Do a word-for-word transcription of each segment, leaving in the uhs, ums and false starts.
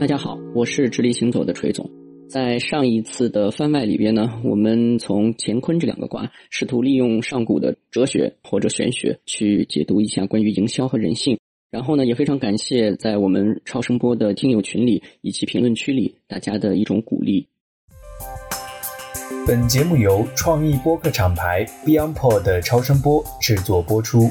大家好，我是直立行走的锤总。在上一次的番外里边呢，我们从乾坤这两个卦，试图利用上古的哲学或者玄学去解读一下关于营销和人性。然后呢，也非常感谢在我们超声波的听友群里以及评论区里大家的一种鼓励。 本节目由创意播客厂牌 BeyondPod 的超声波制作播出。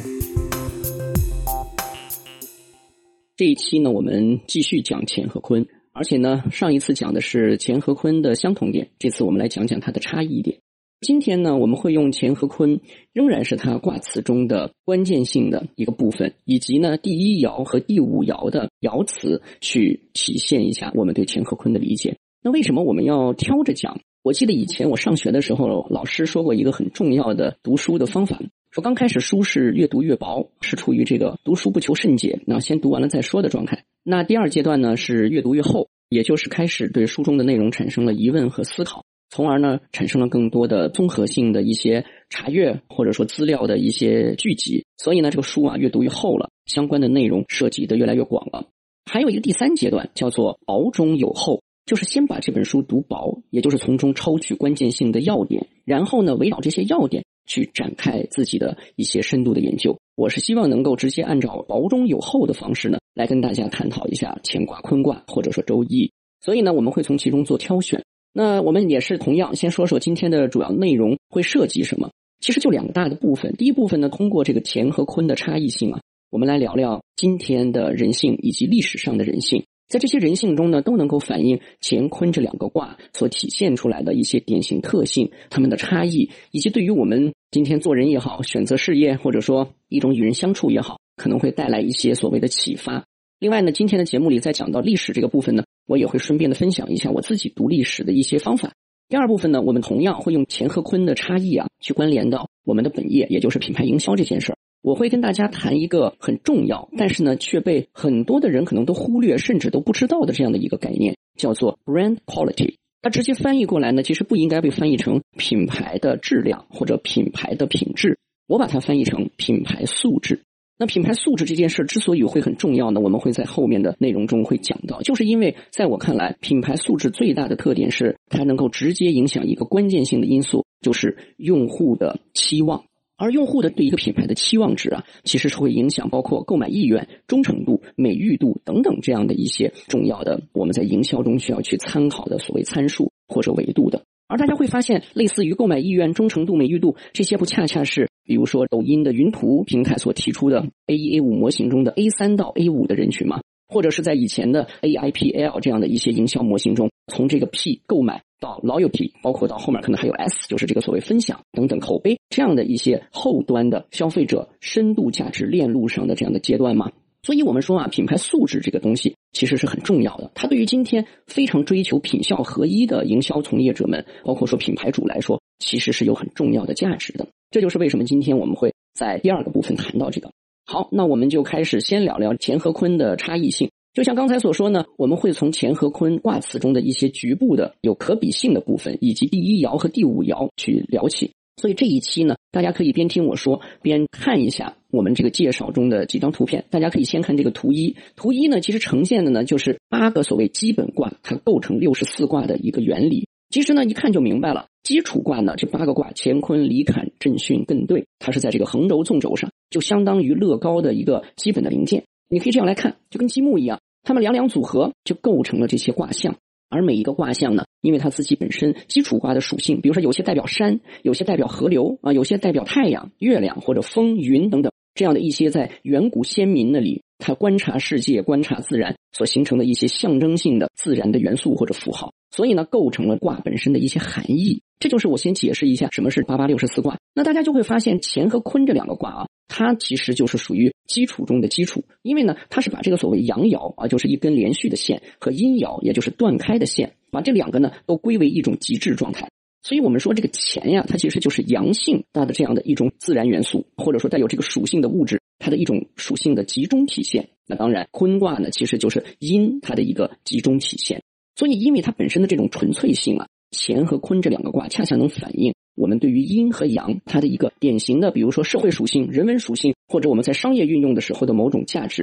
这一期呢，我们继续讲乾和坤，而且呢，上一次讲的是乾和坤的相同点，这次我们来讲讲它的差异点。今天呢，我们会用乾和坤仍然是它卦辞中的关键性的一个部分，以及呢第一爻和第五爻的爻辞去体现一下我们对乾和坤的理解。那为什么我们要挑着讲？我记得以前我上学的时候，老师说过一个很重要的读书的方法，说刚开始书是越读越薄，是处于这个读书不求甚解，那先读完了再说的状态。那第二阶段呢是越读越厚，也就是开始对书中的内容产生了疑问和思考，从而呢产生了更多的综合性的一些查阅或者说资料的一些聚集，所以呢这个书啊越读越厚了，相关的内容涉及的越来越广了。还有一个第三阶段叫做薄中有厚，就是先把这本书读薄，也就是从中抽取关键性的要点，然后呢围绕这些要点去展开自己的一些深度的研究。我是希望能够直接按照薄中有厚的方式呢来跟大家探讨一下乾卦坤卦或者说周易，所以呢我们会从其中做挑选。那我们也是同样先说说今天的主要内容会涉及什么。其实就两个大的部分，第一部分呢通过这个乾和坤的差异性啊，我们来聊聊今天的人性以及历史上的人性，在这些人性中呢都能够反映乾坤这两个卦所体现出来的一些典型特性，它们的差异，以及对于我们今天做人也好，选择事业或者说一种与人相处也好，可能会带来一些所谓的启发。另外呢，今天的节目里在讲到历史这个部分呢，我也会顺便的分享一下我自己读历史的一些方法。第二部分呢，我们同样会用乾和坤的差异啊，去关联到我们的本业，也就是品牌营销这件事儿。我会跟大家谈一个很重要，但是呢却被很多的人可能都忽略甚至都不知道的这样的一个概念，叫做 brand quality。 它直接翻译过来呢，其实不应该被翻译成品牌的质量或者品牌的品质，我把它翻译成品牌素质。那品牌素质这件事之所以会很重要呢，我们会在后面的内容中会讲到，就是因为在我看来，品牌素质最大的特点是它能够直接影响一个关键性的因素，就是用户的期望。而用户的对一个品牌的期望值啊，其实是会影响包括购买意愿、忠诚度、美誉度等等这样的一些重要的我们在营销中需要去参考的所谓参数或者维度的。而大家会发现，类似于购买意愿、忠诚度、美誉度，这些不恰恰是比如说抖音的云图平台所提出的 A 一 A 五 模型中的 A 三 到 A 五 的人群吗？或者是在以前的 A I P L 这样的一些营销模型中，从这个 P 购买到 loyalty， 包括到后面可能还有 S， 就是这个所谓分享等等口碑，这样的一些后端的消费者深度价值链路上的这样的阶段吗？所以我们说啊，品牌素质这个东西其实是很重要的，它对于今天非常追求品效合一的营销从业者们，包括说品牌主来说，其实是有很重要的价值的。这就是为什么今天我们会在第二个部分谈到这个。好，那我们就开始先聊聊乾和坤的差异性。就像刚才所说呢，我们会从乾和坤卦辞中的一些局部的有可比性的部分，以及第一爻和第五爻去聊起。所以这一期呢，大家可以边听我说边看一下我们这个介绍中的几张图片。大家可以先看这个图一，图一呢其实呈现的呢就是八个所谓基本卦，它构成六十四卦的一个原理。其实呢一看就明白了，基础卦呢这八个卦乾坤离坎震巽艮兑，它是在这个横轴纵轴上，就相当于乐高的一个基本的零件。你可以这样来看，就跟积木一样，它们两两组合就构成了这些卦象。而每一个卦象呢，因为它自己本身基础卦的属性，比如说有些代表山，有些代表河流啊，有些代表太阳、月亮或者风、云等等，这样的一些在远古先民那里他观察世界、观察自然所形成的一些象征性的自然的元素或者符号，所以呢构成了卦本身的一些含义。这就是我先解释一下什么是八八六十四卦。那大家就会发现乾和坤这两个卦啊，它其实就是属于基础中的基础，因为呢它是把这个所谓阳爻啊，就是一根连续的线，和阴爻也就是断开的线，把这两个呢都归为一种极致状态。所以我们说这个乾呀，它其实就是阳性它的这样的一种自然元素，或者说带有这个属性的物质，它的一种属性的集中体现。那当然坤卦呢其实就是阴它的一个集中体现。所以因为它本身的这种纯粹性啊，乾和坤这两个卦恰恰能反映我们对于阴和阳它的一个典型的，比如说社会属性、人文属性，或者我们在商业运用的时候的某种价值。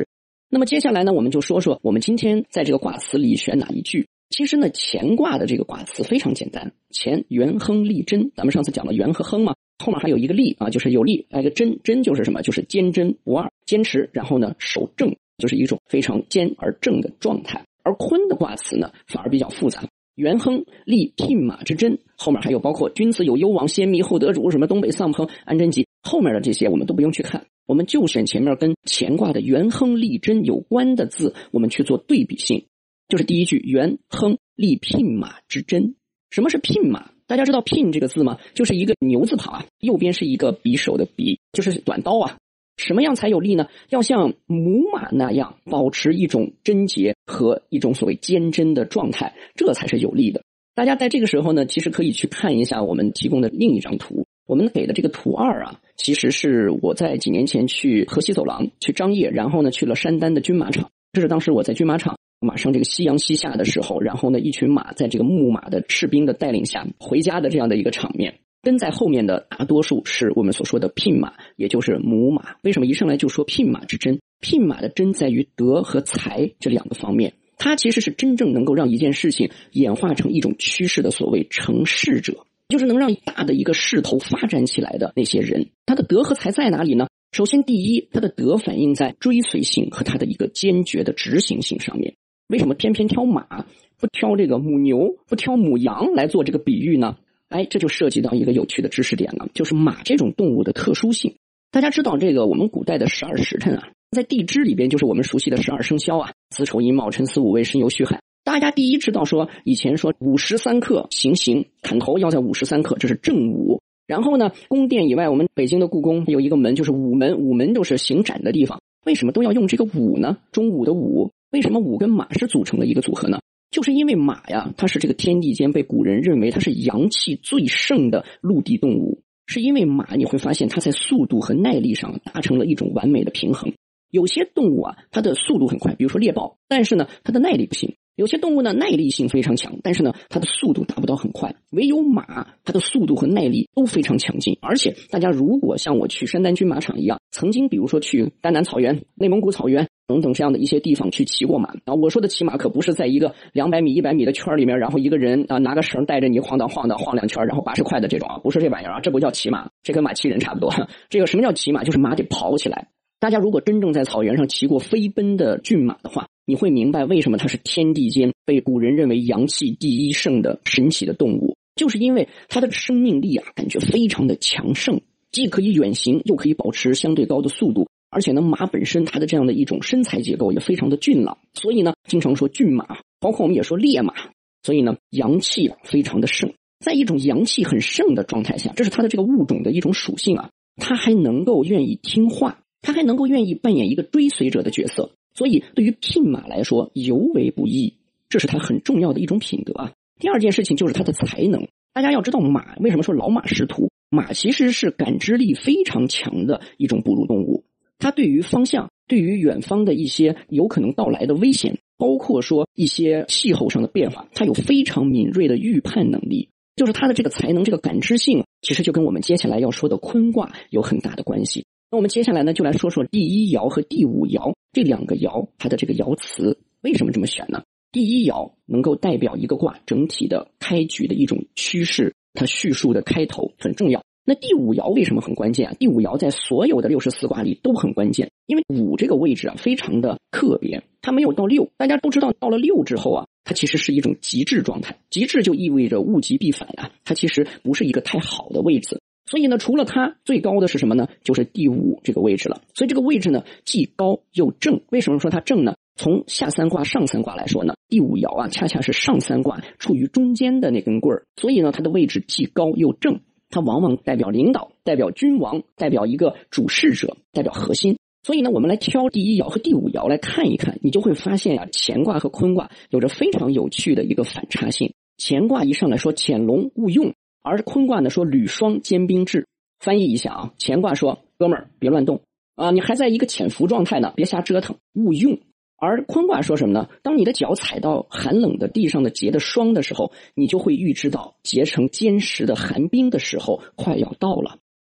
那么接下来呢，我们就说说我们今天在这个卦辞里选哪一句。其实呢，乾卦的这个卦辞非常简单，乾元亨利贞，咱们上次讲了元和亨嘛，后面还有一个利啊，就是有利，还有一个贞，贞就是什么？就是坚贞不二，坚持，然后呢守正，就是一种非常坚而正的状态。而坤的卦辞呢，反而比较复杂，元亨利牝马之贞，后面还有包括君子有攸往，先密后得主，什么东北丧亨安贞吉，后面的这些我们都不用去看，我们就选前面跟乾卦的元亨利贞有关的字，我们去做对比性。就是第一句元亨利牝马之贞。什么是牝马？大家知道牝这个字吗？就是一个牛字旁啊，右边是一个匕首的匕，就是短刀啊。什么样才有利呢？要像母马那样保持一种贞洁和一种所谓坚贞的状态，这才是有利的。大家在这个时候呢，其实可以去看一下我们提供的另一张图。我们给的这个图二啊，其实是我在几年前去河西走廊去张掖，然后呢去了山丹的军马场。这是当时我在军马场马上这个夕阳西下的时候，然后呢一群马在这个牧马的士兵的带领下回家的这样的一个场面。跟在后面的大多数是我们所说的牝马，也就是母马。为什么一上来就说牝马之贞？牝马的贞在于德和才这两个方面，它其实是真正能够让一件事情演化成一种趋势的所谓成事者，就是能让大的一个势头发展起来的那些人。他的德和才在哪里呢？首先第一，他的德反映在追随性和他的一个坚决的执行性上面。为什么偏偏挑马，不挑这个母牛，不挑母羊来做这个比喻呢？哎，这就涉及到一个有趣的知识点了，就是马这种动物的特殊性。大家知道这个我们古代的十二时辰啊，在地支里边就是我们熟悉的十二生肖啊，子丑寅卯辰巳午未申酉戌亥。大家第一知道说，以前说午时三刻行刑，砍头要在午时三刻，这是正午。然后呢，宫殿以外，我们北京的故宫有一个门，就是午门，午门就是行斩的地方。为什么都要用这个午呢？中午的午，为什么午跟马是组成了一个组合呢？就是因为马呀，它是这个天地间被古人认为它是阳气最盛的陆地动物，是因为马你会发现它在速度和耐力上达成了一种完美的平衡。有些动物啊，它的速度很快，比如说猎豹，但是呢，它的耐力不行。有些动物呢，耐力性非常强，但是呢，它的速度达不到很快。唯有马，它的速度和耐力都非常强劲。而且大家如果像我去山丹军马场一样，曾经比如说去丹南草原、内蒙古草原等等这样的一些地方去骑过马啊，我说的骑马可不是在一个两百米、一百米的圈里面，然后一个人啊拿个绳带着你晃荡晃荡晃两圈，然后八十块的这种啊，不是这玩意儿啊，这不叫骑马，这跟马骑人差不多。这个什么叫骑马？就是马得跑起来。大家如果真正在草原上骑过飞奔的骏马的话，你会明白为什么它是天地间被古人认为阳气第一盛的神奇的动物，就是因为它的生命力啊，感觉非常的强盛，既可以远行，又可以保持相对高的速度，而且呢，马本身它的这样的一种身材结构也非常的俊朗，所以呢，经常说骏马，包括我们也说烈马，所以呢，阳气啊非常的盛。在一种阳气很盛的状态下，这是它的这个物种的一种属性啊，它还能够愿意听话，它还能够愿意扮演一个追随者的角色。所以对于牝马来说尤为不易，这是它很重要的一种品德啊。第二件事情就是它的才能。大家要知道马为什么说老马识途，马其实是感知力非常强的一种哺乳动物，它对于方向，对于远方的一些有可能到来的危险，包括说一些气候上的变化，它有非常敏锐的预判能力。就是它的这个才能，这个感知性，其实就跟我们接下来要说的坤卦有很大的关系。那我们接下来呢，就来说说第一爻和第五爻这两个爻，它的这个爻辞为什么这么选呢？第一爻能够代表一个卦整体的开局的一种趋势，它叙述的开头很重要。那第五爻为什么很关键啊？第五爻在所有的六十四卦里都很关键，因为五这个位置啊非常的特别，它没有到六。大家都知道，到了六之后啊，它其实是一种极致状态，极致就意味着物极必反啊，它其实不是一个太好的位置。所以呢，除了它最高的是什么呢？就是第五这个位置了。所以这个位置呢，既高又正。为什么说它正呢？从下三卦、上三卦来说呢，第五爻啊，恰恰是上三卦处于中间的那根棍儿。所以呢，它的位置既高又正，它往往代表领导，代表君王，代表一个主事者，代表核心。所以呢，我们来挑第一爻和第五爻来看一看，你就会发现啊，乾卦和坤卦有着非常有趣的一个反差性。乾卦一上来说潜龙勿用，而坤卦呢说履霜坚冰至。翻译一下啊，乾卦说哥们儿别乱动啊，你还在一个潜伏状态呢，别瞎折腾，勿用。而坤卦说什么呢？当你的脚踩到寒冷的地上的结的霜的时候，你就会预知到结成坚实的寒冰的时候快要到了。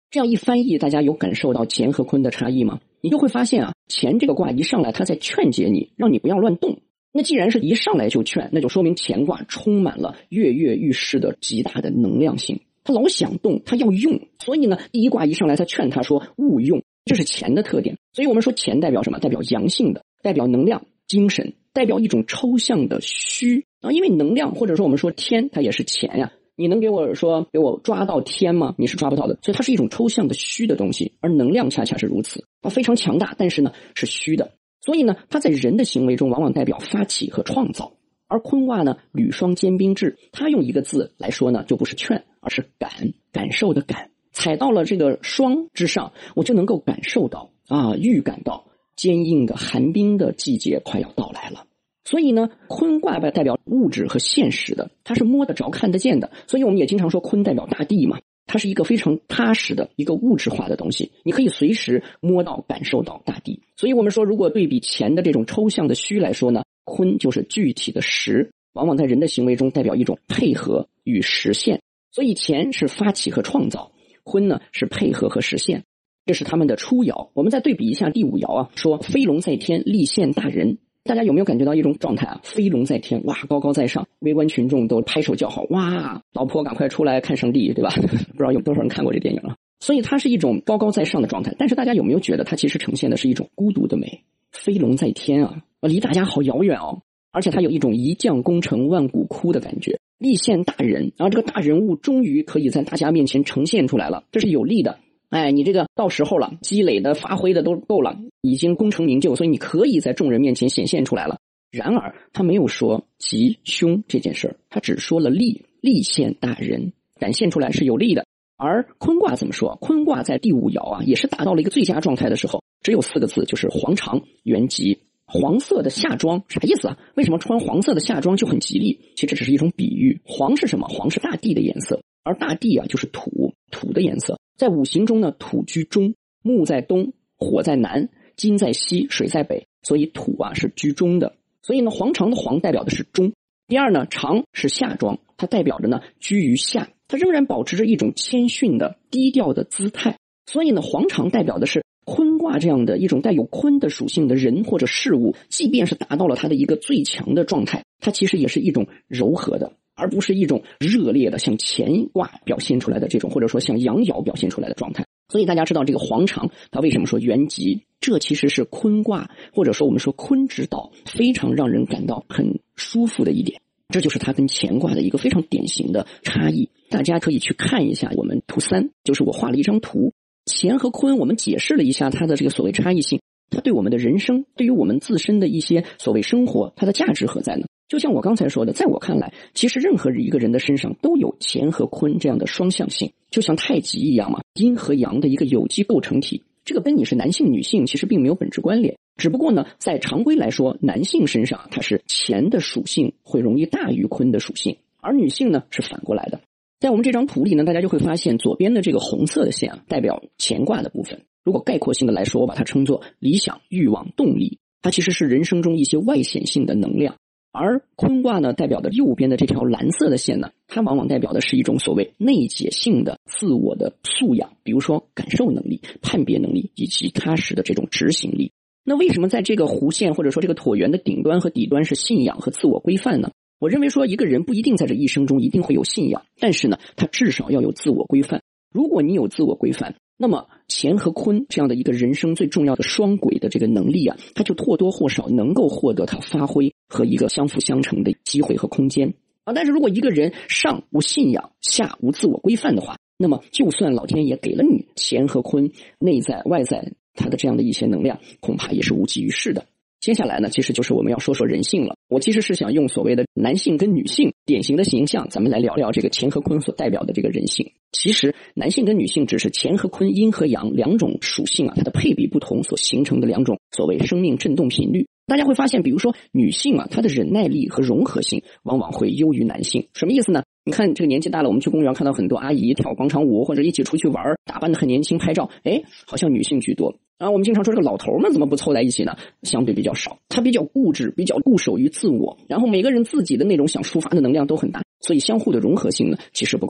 这样一翻译，大家有感受到乾和坤的差异吗？你就会发现啊，乾这个卦一上来，它在劝解你，让你不要乱动。那既然是一上来就劝，那就说明乾卦充满了跃跃欲试的极大的能量性。他老想动，他要用，所以呢，第一卦一上来他劝他说勿用，这是乾的特点。所以我们说乾代表什么？代表阳性的，代表能量、精神，代表一种抽象的虚啊。因为能量或者说我们说天，它也是乾呀。你能给我说给我抓到天吗？你是抓不到的，所以它是一种抽象的虚的东西，而能量恰恰是如此，它非常强大，但是呢是虚的。所以呢，它在人的行为中往往代表发起和创造。而坤卦呢，履霜坚冰至，它用一个字来说呢，就不是劝，而是感，感受的感。踩到了这个霜之上，我就能够感受到啊，预感到坚硬的寒冰的季节快要到来了。所以呢，坤卦代表物质和现实的，它是摸得着看得见的。所以我们也经常说坤代表大地嘛，它是一个非常踏实的一个物质化的东西，你可以随时摸到感受到大地。所以我们说，如果对比乾的这种抽象的虚来说呢，坤就是具体的实，往往在人的行为中代表一种配合与实现。所以乾是发起和创造，坤呢是配合和实现，这是他们的初爻。我们再对比一下第五爻啊，说飞龙在天，立宪大人。大家有没有感觉到一种状态啊？飞龙在天，哇，高高在上，围观群众都拍手叫好，哇，老婆赶快出来看上帝，对吧？不知道有多少人看过这电影了。所以它是一种高高在上的状态，但是大家有没有觉得它其实呈现的是一种孤独的美？飞龙在天啊，离大家好遥远哦，而且它有一种一将功成万骨枯的感觉。立宪大人，然后这个大人物终于可以在大家面前呈现出来了，这是有利的。哎，你这个到时候了，积累的发挥的都够了，已经功成名就，所以你可以在众人面前显现出来了。然而他没有说吉凶这件事儿，他只说了利，立宪大人，展现出来是有利的。而坤卦怎么说？坤卦在第五爻啊，也是达到了一个最佳状态的时候，只有四个字，就是黄长元吉。黄色的夏装啥意思啊？为什么穿黄色的夏装就很吉利？其实这只是一种比喻。黄是什么？黄是大地的颜色，而大地啊就是土，土的颜色。在五行中呢，土居中，木在东，火在南，金在西，水在北，所以土啊是居中的。所以呢，黄长的黄代表的是中。第二呢，长是夏装，它代表着呢居于下，它仍然保持着一种谦逊的低调的姿态。所以呢，黄长代表的是坤卦这样的一种带有坤的属性的人或者事物，即便是达到了它的一个最强的状态，它其实也是一种柔和的，而不是一种热烈的像乾卦表现出来的这种，或者说像阳爻表现出来的状态。所以大家知道这个黄长，它为什么说元吉？这其实是坤卦，或者说我们说坤之道，非常让人感到很舒服的一点。这就是它跟乾卦的一个非常典型的差异。大家可以去看一下我们图三，就是我画了一张图，乾和坤我们解释了一下它的这个所谓差异性，它对我们的人生，对于我们自身的一些所谓生活，它的价值何在呢？就像我刚才说的，在我看来，其实任何一个人的身上都有乾和坤这样的双向性，就像太极一样嘛，阴和阳的一个有机构成体。这个跟你是男性女性其实并没有本质关联，只不过呢，在常规来说，男性身上它是乾的属性会容易大于坤的属性，而女性呢是反过来的。在我们这张图里呢，大家就会发现左边的这个红色的线啊，代表乾卦的部分。如果概括性的来说，我把它称作理想、欲望、动力，它其实是人生中一些外显性的能量。而坤卦呢，代表的右边的这条蓝色的线呢，它往往代表的是一种所谓内解性的自我的素养，比如说感受能力、判别能力以及踏实的这种执行力。那为什么在这个弧线或者说这个椭圆的顶端和底端是信仰和自我规范呢？我认为说一个人不一定在这一生中一定会有信仰，但是呢，他至少要有自我规范。如果你有自我规范，那么乾和坤这样的一个人生最重要的双轨的这个能力啊，他就或多或少能够获得他发挥和一个相辅相成的机会和空间啊。但是如果一个人上无信仰，下无自我规范的话，那么就算老天爷给了你乾和坤内在外在他的这样的一些能量，恐怕也是无济于事的。接下来呢，其实就是我们要说说人性了。我其实是想用所谓的男性跟女性典型的形象，咱们来聊聊这个乾和坤所代表的这个人性。其实男性跟女性只是乾和坤阴和阳两种属性啊，它的配比不同所形成的两种所谓生命振动频率。大家会发现，比如说女性啊，她的忍耐力和融合性往往会优于男性。什么意思呢？你看这个年纪大了，我们去公园看到很多阿姨跳广场舞，或者一起出去玩，打扮得很年轻拍照，哎，好像女性居多。然后我们经常说这个老头们怎么不凑在一起呢？相对比较少，他比较固执，比较固守于自我，然后每个人自己的那种想抒发的能量都很大，所以相互的融合性呢其实不够好。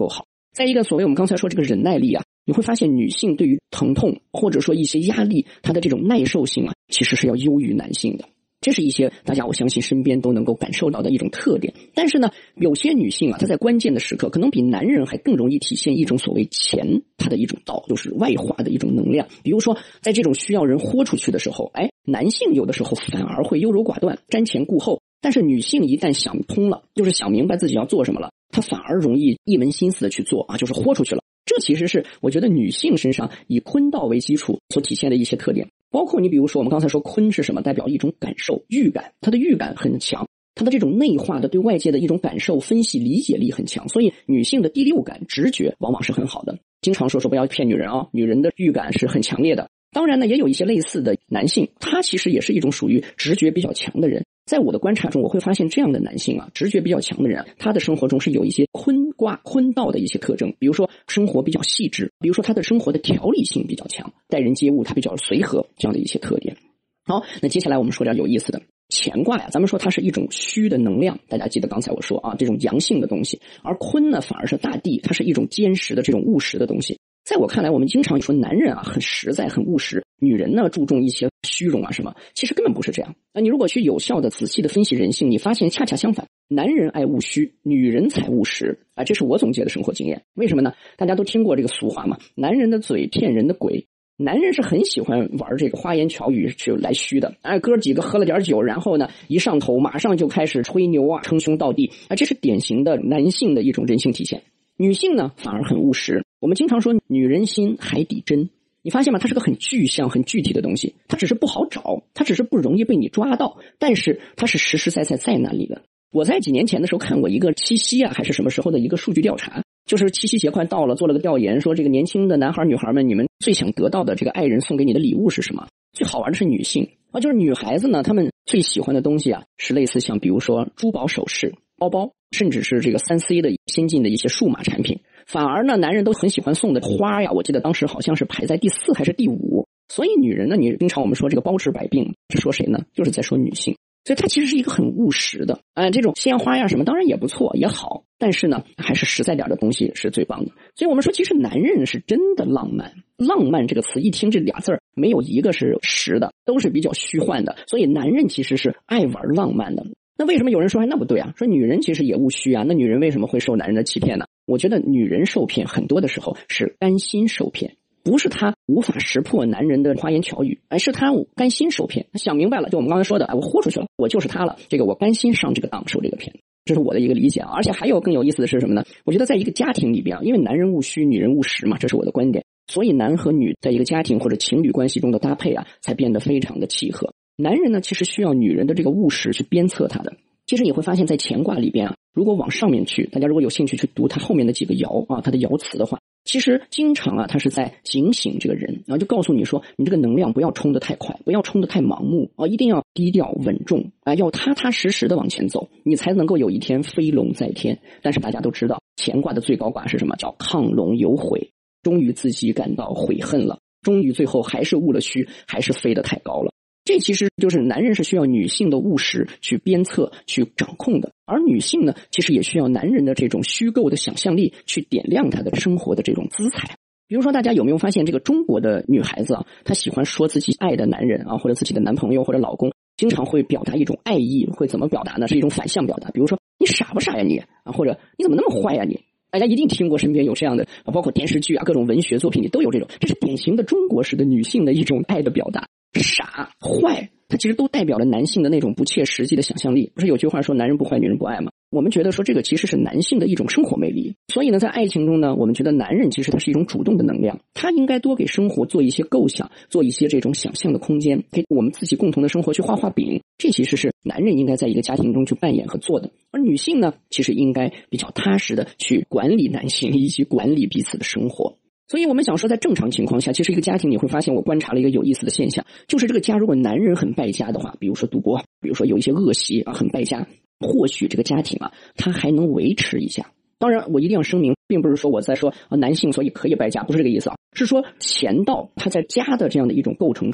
再一个，所谓我们刚才说这个忍耐力啊，你会发现女性对于疼痛或者说一些压力，她的这种耐受性啊，其实是要优于男性的。这是一些大家我相信身边都能够感受到的一种特点。但是呢，有些女性啊，她在关键的时刻可能比男人还更容易体现一种所谓钱她的一种道，就是外化的一种能量。比如说在这种需要人豁出去的时候，哎，男性有的时候反而会优柔寡断，瞻前顾后，但是女性一旦想通了，就是想明白自己要做什么了，她反而容易一门心思的去做啊，就是豁出去了。这其实是我觉得女性身上以坤道为基础所体现的一些特点。包括你比如说我们刚才说坤是什么，代表一种感受预感，它的预感很强，它的这种内化的对外界的一种感受分析理解力很强，所以女性的第六感直觉往往是很好的。经常说说不要骗女人啊，女人的预感是很强烈的。当然呢，也有一些类似的男性，他其实也是一种属于直觉比较强的人。在我的观察中，我会发现这样的男性啊，直觉比较强的人啊，他的生活中是有一些坤卦坤道的一些特征，比如说生活比较细致，比如说他的生活的条理性比较强，待人接物他比较随和，这样的一些特点。好，那接下来我们说点有意思的。乾卦呀，咱们说它是一种虚的能量，大家记得刚才我说啊，这种阳性的东西，而坤呢反而是大地，它是一种坚实的这种务实的东西。在我看来，我们经常说男人啊很实在很务实，女人呢注重一些虚荣啊什么，其实根本不是这样。那你如果去有效的仔细的分析人性，你发现恰恰相反，男人爱务虚，女人才务实啊，这是我总结的生活经验。为什么呢？大家都听过这个俗话嘛，男人的嘴骗人的鬼。男人是很喜欢玩这个花言巧语去来虚的，哎，哥几个喝了点酒，然后呢一上头马上就开始吹牛啊，称兄道弟啊，这是典型的男性的一种人性体现。女性呢反而很务实，我们经常说女人心海底针，你发现吗？它是个很具象很具体的东西，它只是不好找，它只是不容易被你抓到，但是它是实实在在在那里的。我在几年前的时候看过一个七夕啊还是什么时候的一个数据调查，就是七夕节快到了，做了个调研，说这个年轻的男孩女孩们，你们最想得到的这个爱人送给你的礼物是什么？最好玩的是女性啊，就是女孩子呢，她们最喜欢的东西啊，是类似像比如说珠宝首饰、包包，甚至是这个 三 C 的先进的一些数码产品。反而呢，男人都很喜欢送的花呀，我记得当时好像是排在第四还是第五。所以女人呢，你经常我们说这个包治百病，是说谁呢？就是在说女性。所以它其实是一个很务实的，呃，这种鲜花呀什么当然也不错也好，但是呢还是实在点的东西是最棒的。所以我们说其实男人是真的浪漫，浪漫这个词一听这俩字儿没有一个是实的，都是比较虚幻的，所以男人其实是爱玩浪漫的。那为什么有人说哎那不对啊，说女人其实也务虚啊，那女人为什么会受男人的欺骗呢？我觉得女人受骗很多的时候是甘心受骗，不是他无法识破男人的花言巧语，而是他甘心受骗，他想明白了，就我们刚才说的，哎，我豁出去了，我就是他了，这个我甘心上这个当受这个骗，这是我的一个理解啊。而且还有更有意思的是什么呢？我觉得在一个家庭里边啊，因为男人务虚，女人务实嘛，这是我的观点，所以男和女在一个家庭或者情侣关系中的搭配啊，才变得非常的契合。男人呢，其实需要女人的这个务实去鞭策他的。其实你会发现在乾卦里边啊，如果往上面去，大家如果有兴趣去读它后面的几个爻啊，它的爻辞的话，其实经常啊，它是在警醒这个人，然后就告诉你说，你这个能量不要冲得太快，不要冲得太盲目啊，一定要低调稳重啊，要踏踏实实的往前走，你才能够有一天飞龙在天。但是大家都知道，乾卦的最高卦是什么？叫亢龙有悔，终于自己感到悔恨了，终于最后还是误了虚，还是飞得太高了。这其实就是男人是需要女性的务实去鞭策去掌控的，而女性呢其实也需要男人的这种虚构的想象力去点亮她的生活的这种姿彩。比如说大家有没有发现这个中国的女孩子啊，她喜欢说自己爱的男人啊，或者自己的男朋友或者老公，经常会表达一种爱意，会怎么表达呢？是一种反向表达，比如说你傻不傻呀你啊，或者你怎么那么坏呀你。大家一定听过身边有这样的，包括电视剧啊各种文学作品里都有这种，这是典型的中国式的女性的一种爱的表达。傻坏它其实都代表了男性的那种不切实际的想象力。不是有句话说男人不坏女人不爱吗？我们觉得说这个其实是男性的一种生活魅力。所以呢在爱情中呢，我们觉得男人其实他是一种主动的能量，他应该多给生活做一些构想，做一些这种想象的空间，给我们自己共同的生活去画画饼，这其实是男人应该在一个家庭中去扮演和做的。而女性呢其实应该比较踏实的去管理男性以及管理彼此的生活。所以我们想说在正常情况下，其实一个家庭你会发现，我观察了一个有意思的现象，就是这个家如果男人很败家的话，比如说赌博，比如说有一些恶习啊很败家，或许这个家庭啊他还能维持一下。当然我一定要声明，并不是说我在说啊男性所以可以败家，不是这个意思啊，是说乾道他在家的这样的一种构成中，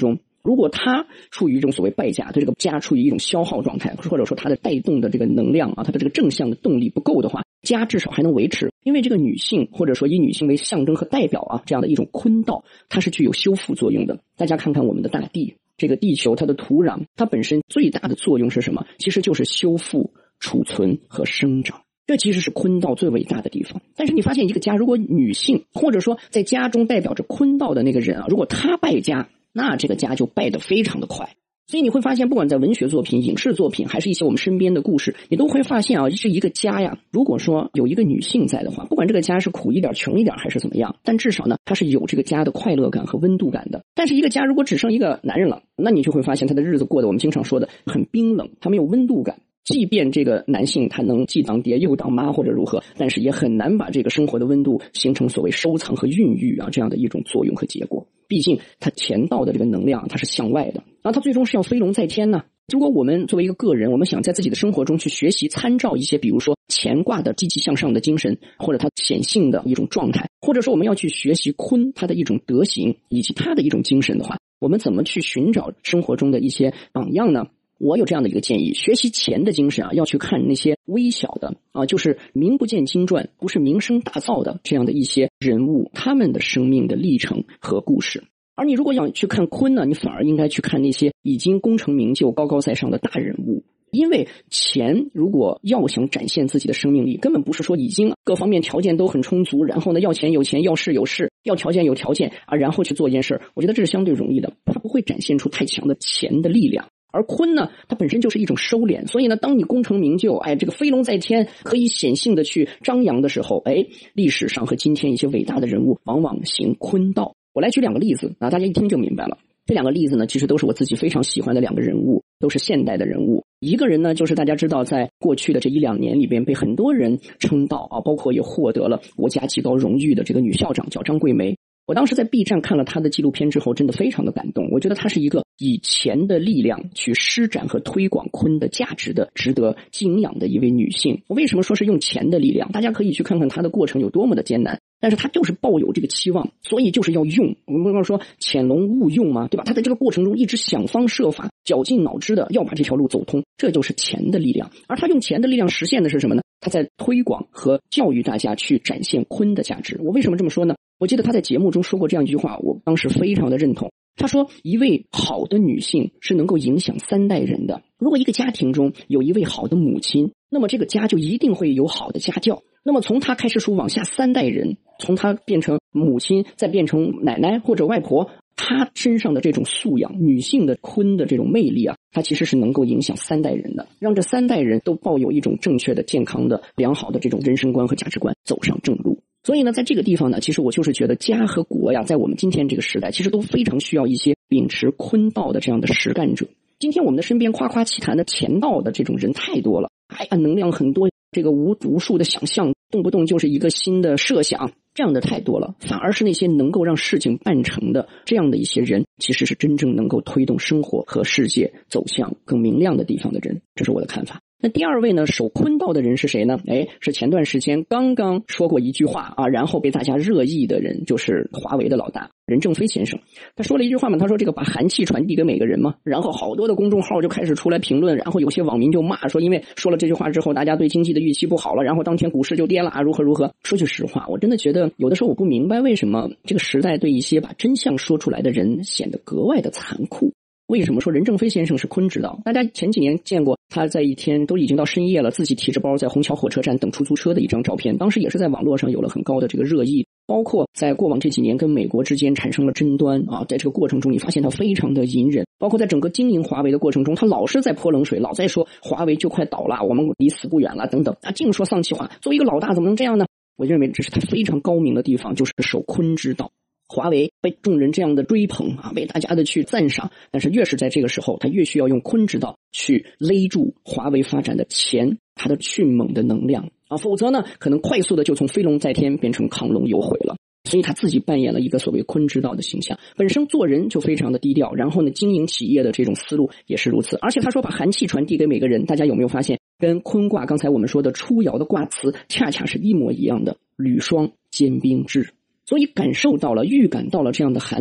如果他处于一种所谓败家，对这个家处于一种消耗状态，或者说他的带动的这个能量啊，他的这个正向的动力不够的话，家至少还能维持。因为这个女性或者说以女性为象征和代表啊，这样的一种坤道，它是具有修复作用的。大家看看我们的大地，这个地球它的土壤，它本身最大的作用是什么？其实就是修复、储存和生长。这其实是坤道最伟大的地方。但是你发现一个家，如果女性或者说在家中代表着坤道的那个人啊，如果她败家，那这个家就败得非常的快。所以你会发现，不管在文学作品、影视作品，还是一些我们身边的故事，你都会发现啊，是一个家呀。如果说有一个女性在的话，不管这个家是苦一点、穷一点还是怎么样，但至少呢，它是有这个家的快乐感和温度感的。但是一个家如果只剩一个男人了，那你就会发现他的日子过得我们经常说的很冰冷，他没有温度感。即便这个男性他能既当爹又当妈或者如何，但是也很难把这个生活的温度形成所谓收藏和孕育啊这样的一种作用和结果。毕竟他钱道的这个能量它是向外的，然后他最终是要飞龙在天呢。如果我们作为一个个人，我们想在自己的生活中去学习参照一些比如说乾卦的积极向上的精神，或者它显性的一种状态，或者说我们要去学习坤它的一种德行以及它的一种精神的话，我们怎么去寻找生活中的一些榜样呢？我有这样的一个建议，学习钱的精神啊，要去看那些微小的啊，就是名不见经传，不是名声大噪的这样的一些人物，他们的生命的历程和故事。而你如果要去看坤呢，你反而应该去看那些已经功成名就、高高在上的大人物。因为钱如果要想展现自己的生命力，根本不是说已经各方面条件都很充足，然后呢要钱有钱，要势有势，要条件有条件啊，然后去做一件事，我觉得这是相对容易的，它不会展现出太强的钱的力量。而坤呢，它本身就是一种收敛，所以呢，当你功成名就，哎，这个飞龙在天，可以显性的去张扬的时候，哎，历史上和今天一些伟大的人物往往行坤道。我来举两个例子啊，大家一听就明白了。这两个例子呢，其实都是我自己非常喜欢的两个人物，都是现代的人物。一个人呢，就是大家知道，在过去的这一两年里边，被很多人称道啊，包括也获得了国家极高荣誉的这个女校长叫张桂梅。我当时在 B 站看了她的纪录片之后，真的非常的感动。我觉得她是一个以钱的力量去施展和推广坤的价值的、值得敬仰的一位女性。我为什么说是用钱的力量？大家可以去看看她的过程有多么的艰难，但是她就是抱有这个期望，所以就是要用。我们不要说潜龙勿用嘛，对吧？她在这个过程中一直想方设法、绞尽脑汁的要把这条路走通，这就是钱的力量。而她用钱的力量实现的是什么呢？她在推广和教育大家去展现坤的价值。我为什么这么说呢？我记得他在节目中说过这样一句话，我当时非常的认同。他说，一位好的女性是能够影响三代人的。如果一个家庭中有一位好的母亲，那么这个家就一定会有好的家教。那么从她开始数往下三代人，从她变成母亲，再变成奶奶或者外婆，她身上的这种素养，女性的坤的这种魅力啊，它其实是能够影响三代人的，让这三代人都抱有一种正确的、健康的、良好的这种人生观和价值观，走上正路。所以呢，在这个地方呢，其实我就是觉得家和国呀，在我们今天这个时代，其实都非常需要一些秉持坤道的这样的实干者。今天我们的身边夸夸其谈的钱道的这种人太多了，哎呀，能量很多，这个无无数的想象，动不动就是一个新的设想，这样的太多了。反而是那些能够让事情办成的这样的一些人，其实是真正能够推动生活和世界走向更明亮的地方的人，这是我的看法。那第二位呢，守坤道的人是谁呢？哎，是前段时间刚刚说过一句话啊，然后被大家热议的人，就是华为的老大任正非先生。他说了一句话嘛，他说这个把寒气传递给每个人嘛，然后好多的公众号就开始出来评论，然后有些网民就骂说，因为说了这句话之后，大家对经济的预期不好了，然后当天股市就跌了啊，如何如何。说句实话，我真的觉得有的时候我不明白为什么这个时代对一些把真相说出来的人显得格外的残酷。为什么说任正非先生是坤之道？大家前几年见过他在一天都已经到深夜了，自己提着包在虹桥火车站等出租车的一张照片，当时也是在网络上有了很高的这个热议。包括在过往这几年跟美国之间产生了争端啊，在这个过程中你发现他非常的隐忍，包括在整个经营华为的过程中，他老是在泼冷水，老在说华为就快倒了，我们离死不远了等等啊，净说丧气话。作为一个老大怎么能这样呢？我认为这是他非常高明的地方，就是守坤之道。华为被众人这样的追捧啊，被大家的去赞赏，但是越是在这个时候，他越需要用坤之道去勒住华为发展的钱，它的迅猛的能量啊，否则呢，可能快速的就从飞龙在天变成亢龙有悔了。所以他自己扮演了一个所谓坤之道的形象，本身做人就非常的低调，然后呢，经营企业的这种思路也是如此。而且他说把寒气传递给每个人，大家有没有发现，跟坤卦刚才我们说的初爻的卦辞恰恰是一模一样的，履霜坚冰至。所以感受到了、预感到了这样的寒冷，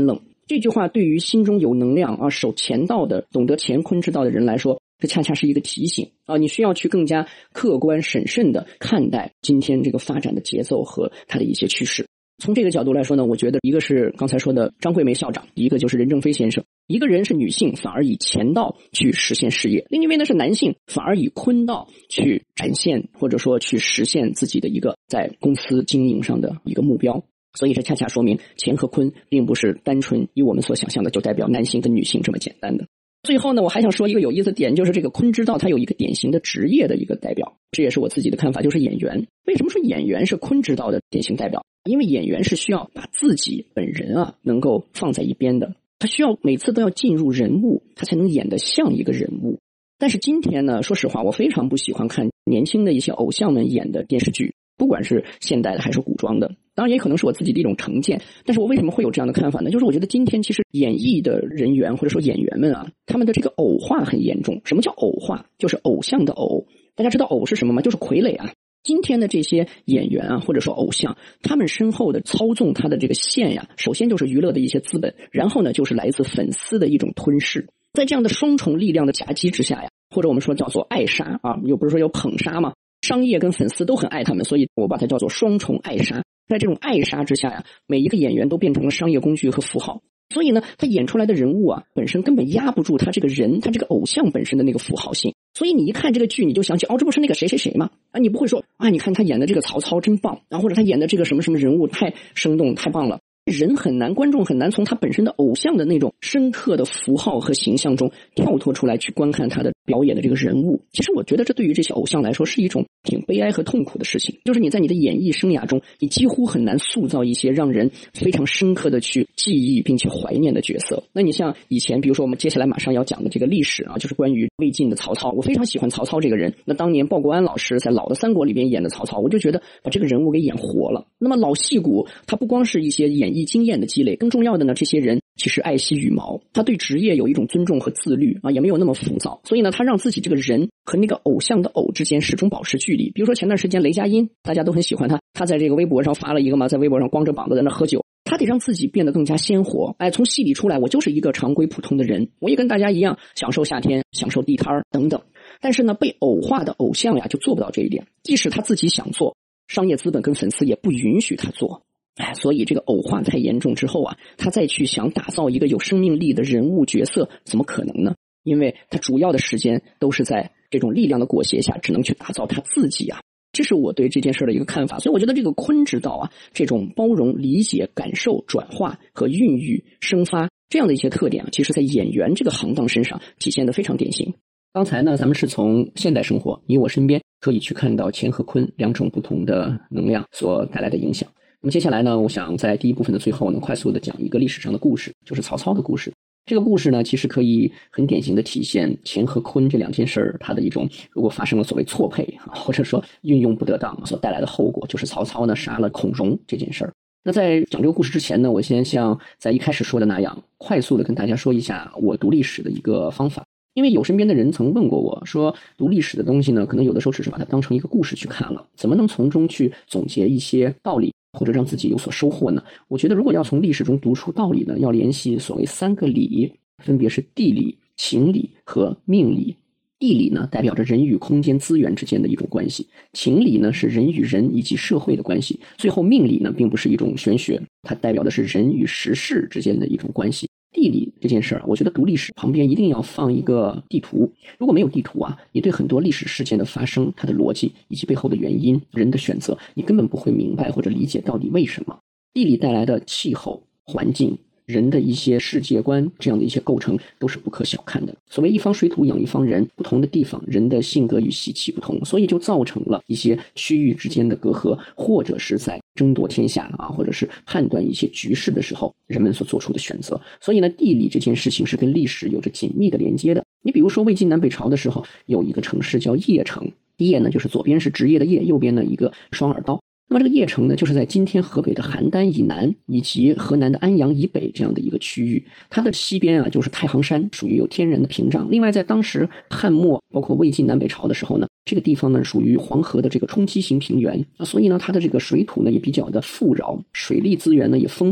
这句话对于心中有能量啊、守乾道的、懂得乾坤之道的人来说，这恰恰是一个提醒啊！你需要去更加客观审慎的看待今天这个发展的节奏和它的一些趋势。从这个角度来说呢，我觉得一个是刚才说的张桂梅校长，一个就是任正非先生。一个人是女性，反而以乾道去实现事业；另一位呢是男性，反而以坤道去展现或者说去实现自己的一个在公司经营上的一个目标。所以这恰恰说明乾和坤并不是单纯以我们所想象的就代表男性跟女性这么简单的。最后呢，我还想说一个有意思的点，就是这个坤之道它有一个典型的职业的一个代表，这也是我自己的看法，就是演员。为什么说演员是坤之道的典型代表？因为演员是需要把自己本人啊能够放在一边的，他需要每次都要进入人物，他才能演得像一个人物。但是今天呢，说实话我非常不喜欢看年轻的一些偶像们演的电视剧，不管是现代的还是古装的。当然也可能是我自己的一种成见，但是我为什么会有这样的看法呢？就是我觉得今天其实演艺的人员或者说演员们啊，他们的这个偶化很严重。什么叫偶化？就是偶像的偶。大家知道偶是什么吗？就是傀儡啊。今天的这些演员啊，或者说偶像，他们身后的操纵他的这个线呀，首先就是娱乐的一些资本，然后呢就是来自粉丝的一种吞噬。在这样的双重力量的夹击之下呀，或者我们说叫做爱杀啊，又不是说有捧杀吗？商业跟粉丝都很爱他们，所以我把它叫做双重爱杀。在这种爱杀之下呀，每一个演员都变成了商业工具和符号。所以呢，他演出来的人物啊，本身根本压不住他这个人，他这个偶像本身的那个符号性。所以你一看这个剧，你就想起哦，这不是那个谁谁谁吗？啊，你不会说啊，你看他演的这个曹操真棒，然后或者他演的这个什么什么人物太生动太棒了。人很难，观众很难从他本身的偶像的那种深刻的符号和形象中跳脱出来去观看他的表演的这个人物。其实我觉得这对于这些偶像来说是一种挺悲哀和痛苦的事情，就是你在你的演艺生涯中，你几乎很难塑造一些让人非常深刻的去记忆并且怀念的角色。那你像以前比如说我们接下来马上要讲的这个历史啊，就是关于魏晋的曹操，我非常喜欢曹操这个人。那当年鲍国安老师在老的三国里边演的曹操，我就觉得把这个人物给演活了。那么老戏骨他不光是一些演艺经验的积累，更重要的呢，这些人其实爱惜羽毛，他对职业有一种尊重和自律啊，也没有那么浮躁。所以呢，他让自己这个人和那个偶像的偶之间始终保持距离。比如说前段时间雷佳音，大家都很喜欢他，他在这个微博上发了一个嘛，在微博上光着膀子在那喝酒。他得让自己变得更加鲜活，哎，从戏里出来，我就是一个常规普通的人，我也跟大家一样享受夏天，享受地摊等等。但是呢，被偶化的偶像呀，就做不到这一点。即使他自己想做，商业资本跟粉丝也不允许他做。哎，所以这个偶化太严重之后啊，他再去想打造一个有生命力的人物角色，怎么可能呢？因为他主要的时间都是在这种力量的裹挟下，只能去打造他自己啊。这是我对这件事的一个看法。所以我觉得这个坤之道啊，这种包容、理解、感受、转化和孕育、生发这样的一些特点啊，其实在演员这个行当身上体现得非常典型。刚才呢，咱们是从现代生活，你我身边可以去看到乾和坤两种不同的能量所带来的影响。那么接下来呢，我想在第一部分的最后呢，快速的讲一个历史上的故事，就是曹操的故事。这个故事呢，其实可以很典型的体现乾和坤这两件事儿它的一种，如果发生了所谓错配或者说运用不得当所带来的后果，就是曹操呢杀了孔融这件事儿。那在讲这个故事之前呢，我先像在一开始说的那样，快速的跟大家说一下我读历史的一个方法。因为有身边的人曾问过我说，读历史的东西呢，可能有的时候只是把它当成一个故事去看了，怎么能从中去总结一些道理，或者让自己有所收获呢？我觉得如果要从历史中读出道理呢，要联系所谓三个理，分别是地理、情理和命理。地理呢，代表着人与空间资源之间的一种关系；情理呢，是人与人以及社会的关系；最后命理呢，并不是一种玄学，它代表的是人与时事之间的一种关系。地理这件事儿，我觉得读历史旁边一定要放一个地图。如果没有地图啊，你对很多历史事件的发生、它的逻辑以及背后的原因、人的选择，你根本不会明白或者理解到底为什么。地理带来的气候、环境、人的一些世界观，这样的一些构成都是不可小看的。所谓一方水土养一方人，不同的地方人的性格与习气不同，所以就造成了一些区域之间的隔阂，或者是在争夺天下啊，或者是判断一些局势的时候人们所做出的选择。所以呢，地理这件事情是跟历史有着紧密的连接的。你比如说魏晋南北朝的时候，有一个城市叫邺城，邺呢就是左边是职业的业，右边呢一个双耳刀。那么这个邺城呢，就是在今天河北的邯郸以南以及河南的安阳以北这样的一个区域。它的西边啊就是太行山，属于有天然的屏障。另外在当时汉末包括魏晋南北朝的时候呢，这个地方呢属于黄河的这个冲积型平原啊，所以呢它的这个水土呢也比较的富饶，水利资源呢也丰沛。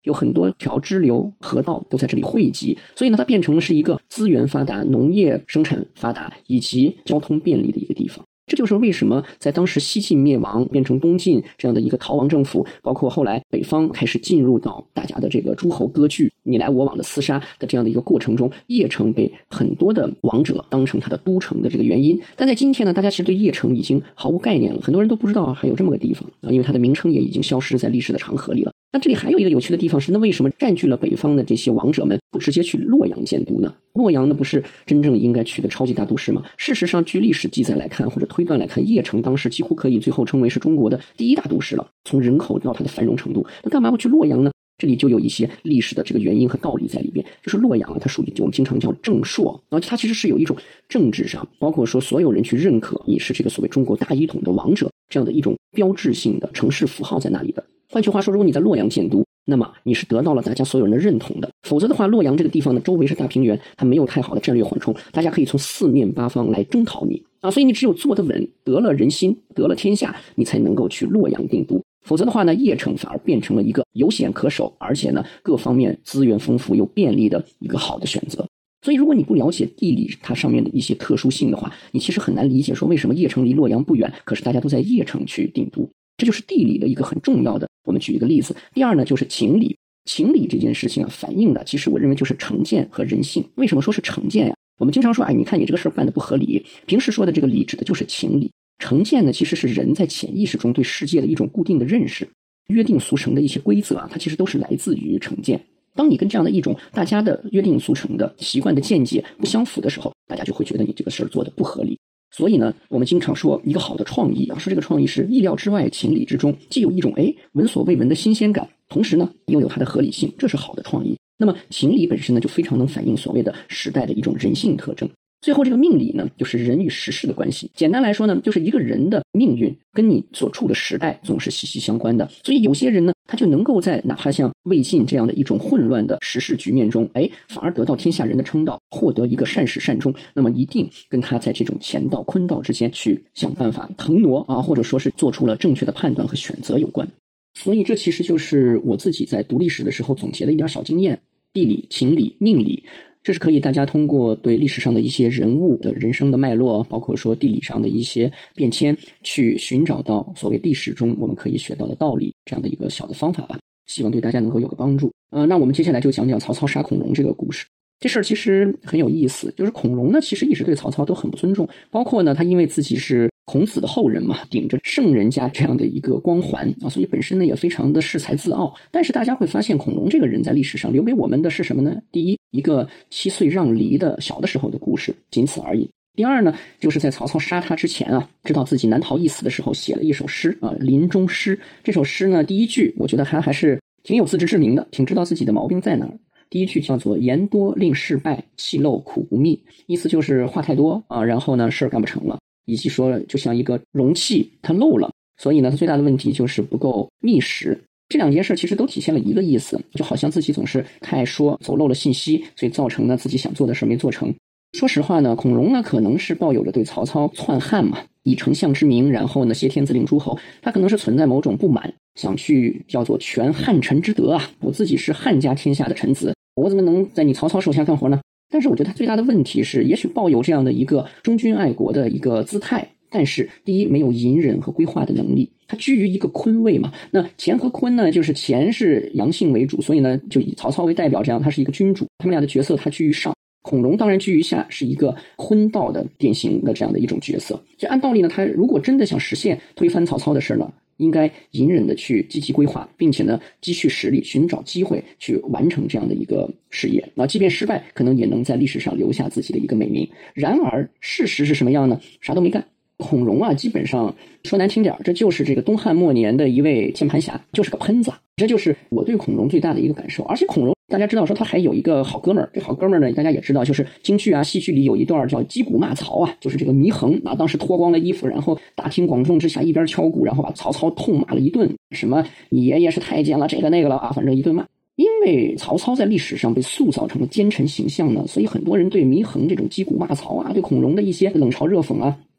有很多条支流河道都在这里汇集，所以呢，它变成了是一个资源发达、农业生产发达以及交通便利的一个地方。这就是为什么在当时西晋灭亡变成东晋这样的一个逃亡政府，包括后来北方开始进入到大家的这个诸侯割据、你来我往的厮杀的这样的一个过程中，邺城被很多的王者当成他的都城的这个原因。但在今天呢，大家其实对邺城已经毫无概念了，很多人都不知道还有这么个地方啊，因为它的名称也已经消失在历史的长河里了。那这里还有一个有趣的地方是，那为什么占据了北方的这些王者们不直接去洛阳建都呢？洛阳呢不是真正应该去的超级大都市吗？事实上，据历史记载来看，或者推断来看，邺城当时几乎可以最后称为是中国的第一大都市了，从人口到它的繁荣程度。那干嘛不去洛阳呢？这里就有一些历史的这个原因和道理在里边。就是洛阳啊，它属于我们经常叫正朔，然后它其实是有一种政治上，包括说所有人去认可你是这个所谓中国大一统的王者这样的一种标志性的城市符号在那里的。换句话说，如果你在洛阳建都，那么你是得到了大家所有人的认同的。否则的话，洛阳这个地方呢，周围是大平原，它没有太好的战略缓冲，大家可以从四面八方来征讨你啊。所以你只有坐得稳，得了人心，得了天下，你才能够去洛阳定都。否则的话呢，邺城反而变成了一个有险可守，而且呢各方面资源丰富又便利的一个好的选择。所以如果你不了解地理它上面的一些特殊性的话，你其实很难理解说为什么邺城离洛阳不远，可是大家都在邺城去定都。这就是地理的一个很重要的。我们举一个例子，第二呢就是情理。情理这件事情啊，反映的其实我认为就是成见和人性。为什么说是成见呀？我们经常说，哎，你看你这个事儿办得不合理。平时说的这个理指的就是情理。成见呢，其实是人在潜意识中对世界的一种固定的认识，约定俗成的一些规则啊，它其实都是来自于成见。当你跟这样的一种大家的约定俗成的习惯的见解不相符的时候，大家就会觉得你这个事儿做得不合理。所以呢，我们经常说一个好的创意啊，说这个创意是意料之外、情理之中，既有一种哎闻所未闻的新鲜感，同时呢又有它的合理性，这是好的创意。那么情理本身呢，就非常能反映所谓的时代的一种人性特征。最后这个命理呢，就是人与时事的关系。简单来说呢，就是一个人的命运跟你所处的时代总是息息相关的。所以有些人呢，他就能够在哪怕像魏晋这样的一种混乱的时事局面中，哎，反而得到天下人的称道，获得一个善始善终。那么一定跟他在这种乾道坤道之间去想办法腾挪啊，或者说是做出了正确的判断和选择有关。所以这其实就是我自己在读历史的时候总结的一点小经验。地理、情理、命理，这是可以大家通过对历史上的一些人物的人生的脉络，包括说地理上的一些变迁，去寻找到所谓历史中我们可以学到的道理，这样的一个小的方法吧，希望对大家能够有个帮助。呃，那我们接下来就讲讲曹操杀孔融这个故事。这事儿其实很有意思，就是孔融呢其实一直对曹操都很不尊重，包括呢他因为自己是孔子的后人嘛，顶着圣人家这样的一个光环啊，所以本身呢也非常的恃才自傲。但是大家会发现孔融这个人在历史上留给我们的是什么呢？第一，一个七岁让梨的小的时候的故事，仅此而已。第二呢，就是在曹操杀他之前啊，知道自己难逃一死的时候，写了一首诗啊，临终诗。这首诗呢，第一句我觉得他还是挺有自知之明的，挺知道自己的毛病在哪儿。第一句叫做言多令事败，气漏苦不密，意思就是话太多啊，然后呢事儿干不成了，以及说就像一个容器它漏了，所以呢它最大的问题就是不够密实。这两件事其实都体现了一个意思，就好像自己总是太爱说，走漏了信息，所以造成呢自己想做的事没做成。说实话呢，孔融呢可能是抱有着对曹操篡汉嘛，以丞相之名，然后呢挟天子令诸侯，他可能是存在某种不满，想去叫做全汉臣之德啊，我自己是汉家天下的臣子，我怎么能在你曹操手下干活呢？但是我觉得他最大的问题是，也许抱有这样的一个忠君爱国的一个姿态，但是第一没有隐忍和规划的能力，他居于一个坤位嘛。那乾和坤呢，就是乾是阳性为主，所以呢就以曹操为代表，这样他是一个君主，他们俩的角色他居于上，孔融当然居于下，是一个昏道的典型的这样的一种角色。就按道理呢，他如果真的想实现推翻曹操的事呢，应该隐忍的去积极规划，并且呢积蓄实力，寻找机会去完成这样的一个事业。那即便失败，可能也能在历史上留下自己的一个美名。然而事实是什么样呢？啥都没干。孔融啊，基本上说难听点，这就是这个东汉末年的一位键盘侠，就是个喷子。这就是我对孔融最大的一个感受。而且孔融大家知道说他还有一个好哥们儿，这好哥们儿呢大家也知道，就是京剧啊戏剧里有一段叫击鼓骂曹啊，就是这个祢衡啊，当时脱光了衣服，然后大庭广众之下一边敲鼓，然后把曹操痛骂了一顿，什么你爷爷是太监了，这个那个了啊，反正一顿骂。因为曹操在历史上被塑造成了奸臣形象呢，所以很多人对祢衡这种击鼓骂曹啊，对孔融的一些冷嘲热讽啊，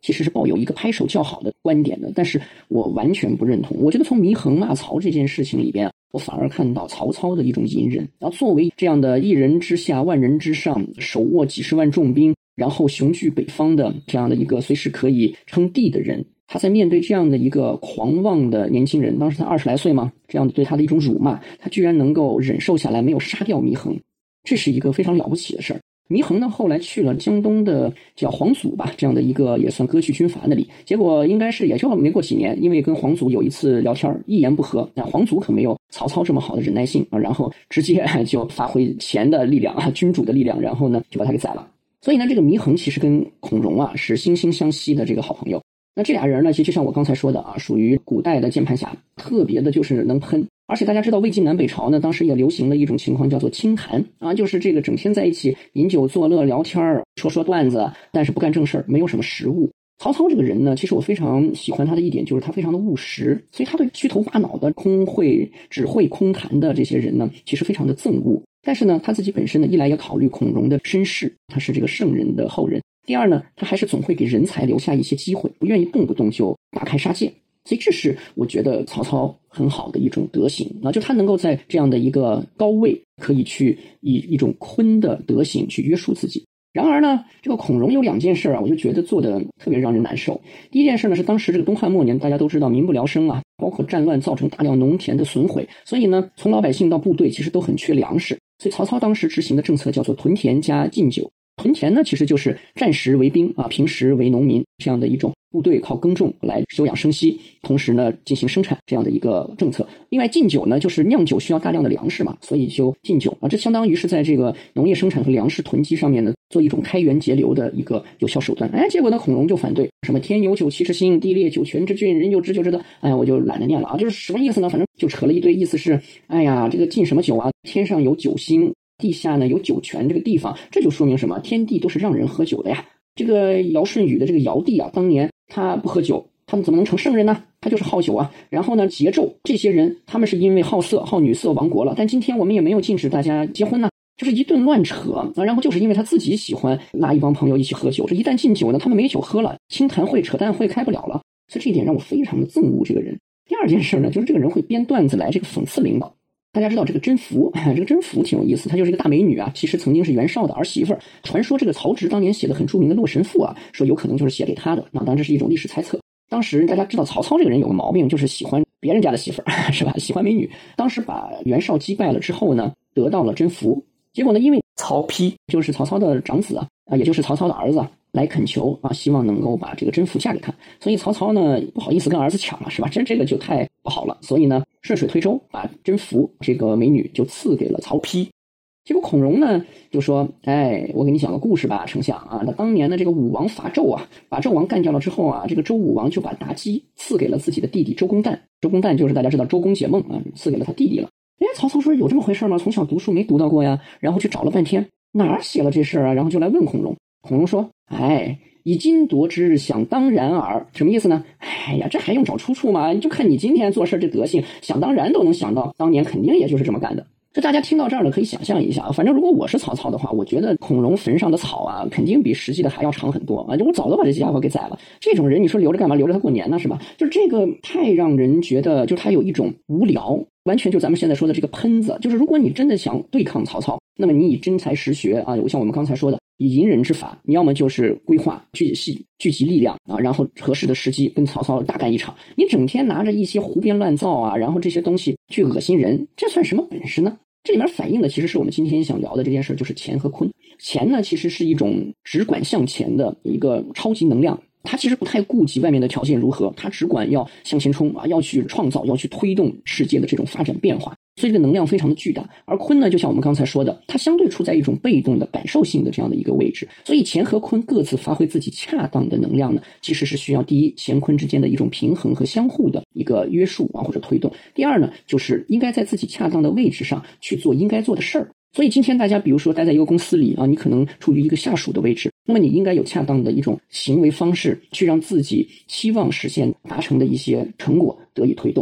其实是抱有一个拍手叫好的观点的，但是我完全不认同。我觉得从祢衡骂曹这件事情里边，我反而看到曹操的一种隐忍。然后作为这样的一人之下万人之上，手握几十万重兵，然后雄踞北方的这样的一个随时可以称帝的人，他在面对这样的一个狂妄的年轻人，当时他二十来岁嘛，这样对他的一种辱骂，他居然能够忍受下来，没有杀掉祢衡，这是一个非常了不起的事儿。祢衡呢，后来去了江东的叫皇祖吧，这样的一个也算割据军阀那里，结果应该是也就没过几年，因为跟皇祖有一次聊天，一言不合，那皇祖可没有曹操这么好的忍耐性啊，然后直接就发挥钱的力量啊，君主的力量，然后呢就把他给宰了。所以呢，这个祢衡其实跟孔融啊是惺惺相惜的这个好朋友。那这俩人呢，其实就像我刚才说的啊，属于古代的键盘侠，特别的就是能喷。而且大家知道魏晋南北朝呢，当时也流行了一种情况叫做清谈啊，就是这个整天在一起饮酒作乐聊天说说段子，但是不干正事儿，没有什么实务。曹操这个人呢，其实我非常喜欢他的一点就是他非常的务实，所以他对虚头巴脑的空会只会空谈的这些人呢，其实非常的憎恶。但是呢，他自己本身呢，一来也考虑孔融的身世，他是这个圣人的后人；第二呢，他还是总会给人才留下一些机会，不愿意动不动就大开杀戒。所以这是我觉得曹操很好的一种德行啊，就他能够在这样的一个高位，可以去以一种坤的德行去约束自己。然而呢，这个孔融有两件事啊，我就觉得做的特别让人难受。第一件事呢，是当时这个东汉末年，大家都知道民不聊生啊，包括战乱造成大量农田的损毁，所以呢，从老百姓到部队其实都很缺粮食。所以曹操当时执行的政策叫做屯田加禁酒。屯田呢，其实就是战时为兵啊，平时为农民，这样的一种部队靠耕种来休养生息，同时呢进行生产这样的一个政策。另外禁酒呢，就是酿酒需要大量的粮食嘛，所以就禁酒啊，这相当于是在这个农业生产和粮食囤积上面呢，做一种开源节流的一个有效手段。哎，结果呢孔融就反对，什么天有酒其之心，地裂酒泉之郡，人有知酒之德。哎，我就懒得念了啊，就是什么意思呢？反正就扯了一堆，意思是，哎呀，这个禁什么酒啊？天上有酒星，地下呢有酒泉这个地方，这就说明什么？天地都是让人喝酒的呀。这个尧舜禹的这个尧帝啊，当年他不喝酒，他们怎么能成圣人呢？他就是好酒啊。然后呢，桀纣这些人，他们是因为好色、好女色亡国了。但今天我们也没有禁止大家结婚呢，就是一顿乱扯啊。然后就是因为他自己喜欢拉一帮朋友一起喝酒，这一旦禁酒呢，他们没酒喝了，清谈会、扯淡会开不了了。所以这一点让我非常的憎恶这个人。第二件事呢，就是这个人会编段子来这个讽刺领导。大家知道这个甄宓，这个甄宓挺有意思，她就是一个大美女啊，其实曾经是袁绍的儿媳妇儿。传说这个曹植当年写的很著名的《洛神赋》啊，说有可能就是写给她的，那当然这是一种历史猜测。当时大家知道曹操这个人有个毛病，就是喜欢别人家的媳妇儿，是吧？喜欢美女。当时把袁绍击败了之后呢，得到了甄宓。结果呢，因为曹丕就是曹操的长子啊，啊，也就是曹操的儿子啊，来恳求啊，希望能够把这个甄宓嫁给他。所以曹操呢，不好意思跟儿子抢了，是吧？这这个就太不好了。所以呢，顺水推舟，把甄宓这个美女就赐给了曹丕。结果孔融呢就说：“哎，我给你讲个故事吧，丞相啊。那当年的这个武王伐纣啊，把纣王干掉了之后啊，这个周武王就把妲己赐给了自己的弟弟周公旦。周公旦就是大家知道周公解梦啊，赐给了他弟弟了。哎，曹操说有这么回事吗？从小读书没读到过呀。然后去找了半天，哪儿写了这事儿啊？然后就来问孔融。孔融说：哎，以今夺之，想当然耳。什么意思呢？哎呀，这还用找出处吗？就看你今天做事这德性，想当然都能想到，当年肯定也就是这么干的。这大家听到这儿了，可以想象一下。反正如果我是曹操的话，我觉得孔融坟上的草啊，肯定比实际的还要长很多啊！就我早都把这家伙给宰了。这种人，你说留着干嘛？留着他过年呢，是吧？就是这个太让人觉得，就是他有一种无聊，完全就咱们现在说的这个喷子。就是如果你真的想对抗曹操，那么你以真才实学啊，像我们刚才说的，以隐忍之法，你要么就是规划、聚集、聚集力量啊，然后合适的时机跟曹操大干一场。你整天拿着一些胡编乱造啊，然后这些东西去恶心人，这算什么本事呢？这里面反映的其实是我们今天想聊的这件事，就是乾和坤。乾呢，其实是一种只管向前的一个超级能量，它其实不太顾及外面的条件如何，它只管要向前冲啊，要去创造，要去推动世界的这种发展变化。所以这个能量非常的巨大。而坤呢，就像我们刚才说的，它相对处在一种被动的感受性的这样的一个位置。所以乾和坤各自发挥自己恰当的能量呢，其实是需要第一，乾坤之间的一种平衡和相互的一个约束啊或者推动。第二呢，就是应该在自己恰当的位置上去做应该做的事儿。所以今天大家比如说待在一个公司里啊，你可能处于一个下属的位置，那么你应该有恰当的一种行为方式去让自己期望实现达成的一些成果得以推动。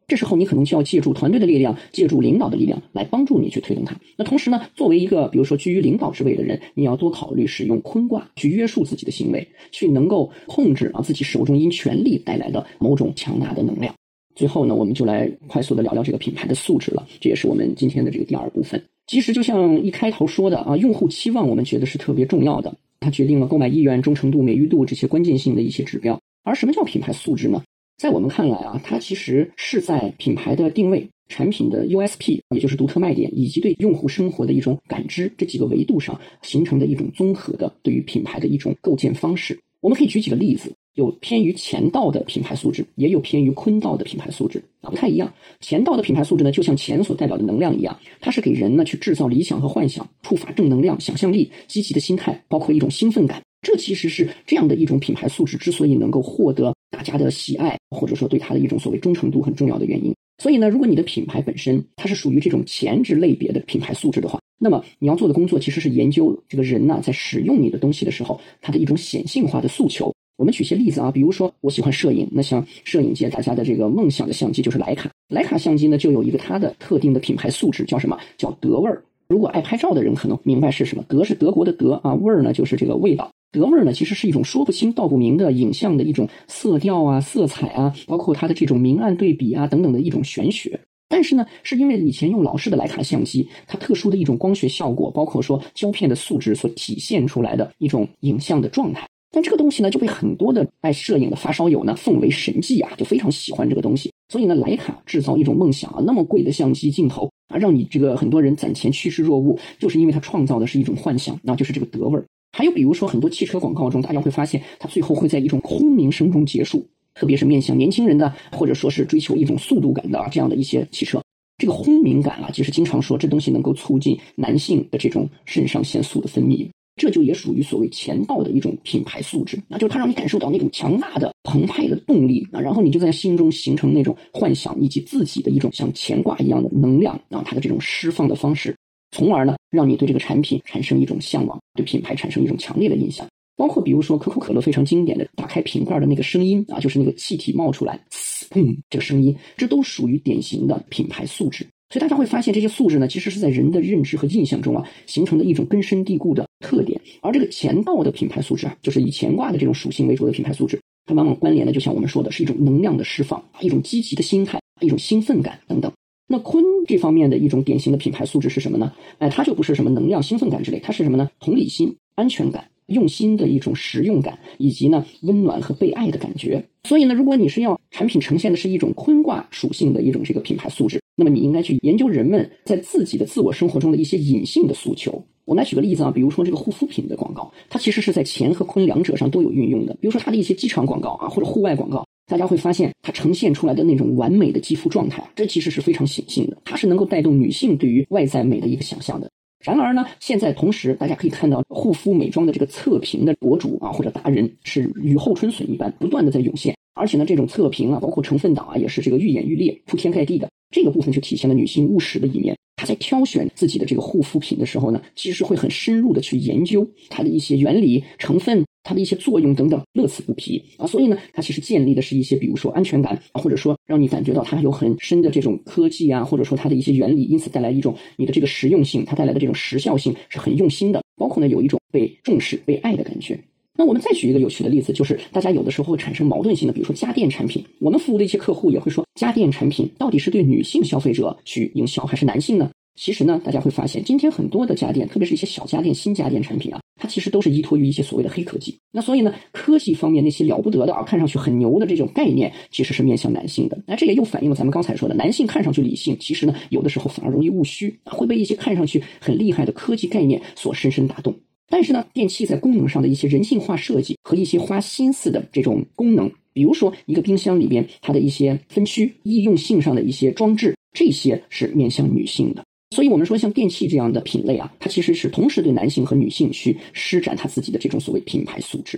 这时候你可能就要借助团队的力量，借助领导的力量来帮助你去推动它。那同时呢，作为一个比如说居于领导之位的人，你要多考虑使用坤卦去约束自己的行为，去能够控制啊自己手中因权力带来的某种强大的能量。最后呢，我们就来快速的聊聊这个品牌的素质了，这也是我们今天的这个第二部分。其实就像一开头说的啊，用户期望我们觉得是特别重要的，它决定了购买意愿、忠诚度、美誉度这些关键性的一些指标。而什么叫品牌素质呢？在我们看来啊，它其实是在品牌的定位、产品的 U S P， 也就是独特卖点，以及对用户生活的一种感知这几个维度上形成的一种综合的对于品牌的一种构建方式。我们可以举几个例子，有偏于乾道的品牌素质，也有偏于坤道的品牌素质啊，不太一样。乾道的品牌素质呢，就像乾所代表的能量一样，它是给人呢去制造理想和幻想，触发正能量、想象力、积极的心态，包括一种兴奋感。这其实是这样的一种品牌素质之所以能够获得大家的喜爱，或者说对它的一种所谓忠诚度很重要的原因。所以呢，如果你的品牌本身它是属于这种前置类别的品牌素质的话，那么你要做的工作其实是研究这个人呢在使用你的东西的时候，它的一种显性化的诉求。我们举些例子啊，比如说我喜欢摄影，那像摄影界大家的这个梦想的相机就是徕卡，徕卡相机呢就有一个它的特定的品牌素质，叫什么？叫德味儿。如果爱拍照的人可能明白是什么，德是德国的德啊，味儿呢就是这个味道。德味儿呢其实是一种说不清道不明的影像的一种色调啊、色彩啊，包括它的这种明暗对比啊等等的一种玄学。但是呢，是因为以前用老式的徕卡相机，它特殊的一种光学效果，包括说胶片的素质所体现出来的一种影像的状态。但这个东西呢，就被很多的爱摄影的发烧友呢奉为神迹啊，就非常喜欢这个东西。所以呢，徕卡制造一种梦想啊，那么贵的相机镜头啊，让你这个很多人攒钱趋之若鹜，就是因为它创造的是一种幻想，那就是这个德味儿。还有比如说很多汽车广告中，大家会发现它最后会在一种轰鸣声中结束，特别是面向年轻人的，或者说是追求一种速度感的这样的一些汽车。这个轰鸣感啊，其实经常说这东西能够促进男性的这种肾上腺素的分泌，这就也属于所谓乾道的一种品牌素质，那就是它让你感受到那种强大的澎湃的动力啊，然后你就在心中形成那种幻想，以及自己的一种像乾卦一样的能量啊，它的这种释放的方式，从而呢让你对这个产品产生一种向往，对品牌产生一种强烈的印象。包括比如说可口可乐非常经典的打开瓶盖的那个声音啊，就是那个气体冒出来，砰，这个声音，这都属于典型的品牌素质。所以大家会发现这些素质呢，其实是在人的认知和印象中啊，形成的一种根深蒂固的特点。而这个乾道的品牌素质啊，就是以乾卦的这种属性为主的品牌素质，它往往关联的就像我们说的是一种能量的释放，一种积极的心态，一种兴奋感等等。那坤这方面的一种典型的品牌素质是什么呢？哎，它就不是什么能量、兴奋感之类，它是什么呢？同理心、安全感、用心的一种实用感，以及呢温暖和被爱的感觉。所以呢，如果你是要产品呈现的是一种坤卦属性的一种这个品牌素质，那么你应该去研究人们在自己的自我生活中的一些隐性的诉求。我们来举个例子啊，比如说这个护肤品的广告，它其实是在乾和坤两者上都有运用的。比如说它的一些机场广告啊，或者户外广告，大家会发现它呈现出来的那种完美的肌肤状态，这其实是非常显性的，它是能够带动女性对于外在美的一个想象的。然而呢，现在同时大家可以看到护肤美妆的这个测评的博主啊或者达人是雨后春笋一般不断的在涌现，而且呢这种测评啊包括成分党啊也是这个愈演愈烈，铺天盖地的。这个部分就体现了女性务实的一面，她在挑选自己的这个护肤品的时候呢，其实会很深入的去研究它的一些原理、成分、它的一些作用等等，乐此不疲啊。所以呢，它其实建立的是一些比如说安全感啊，或者说让你感觉到它有很深的这种科技啊，或者说它的一些原理，因此带来一种你的这个实用性，它带来的这种时效性是很用心的，包括呢有一种被重视、被爱的感觉。那我们再举一个有趣的例子，就是大家有的时候会产生矛盾性的，比如说家电产品，我们服务的一些客户也会说，家电产品到底是对女性消费者去营销还是男性呢？其实呢，大家会发现今天很多的家电，特别是一些小家电、新家电产品啊，它其实都是依托于一些所谓的黑科技。那所以呢，科技方面那些了不得的啊，看上去很牛的这种概念，其实是面向男性的。那这也又反映了咱们刚才说的，男性看上去理性，其实呢，有的时候反而容易误虚，会被一些看上去很厉害的科技概念所深深打动。但是呢，电器在功能上的一些人性化设计和一些花心思的这种功能，比如说一个冰箱里边它的一些分区、易用性上的一些装置，这些是面向女性的。所以我们说像电器这样的品类啊，它其实是同时对男性和女性去施展它自己的这种所谓品牌素质。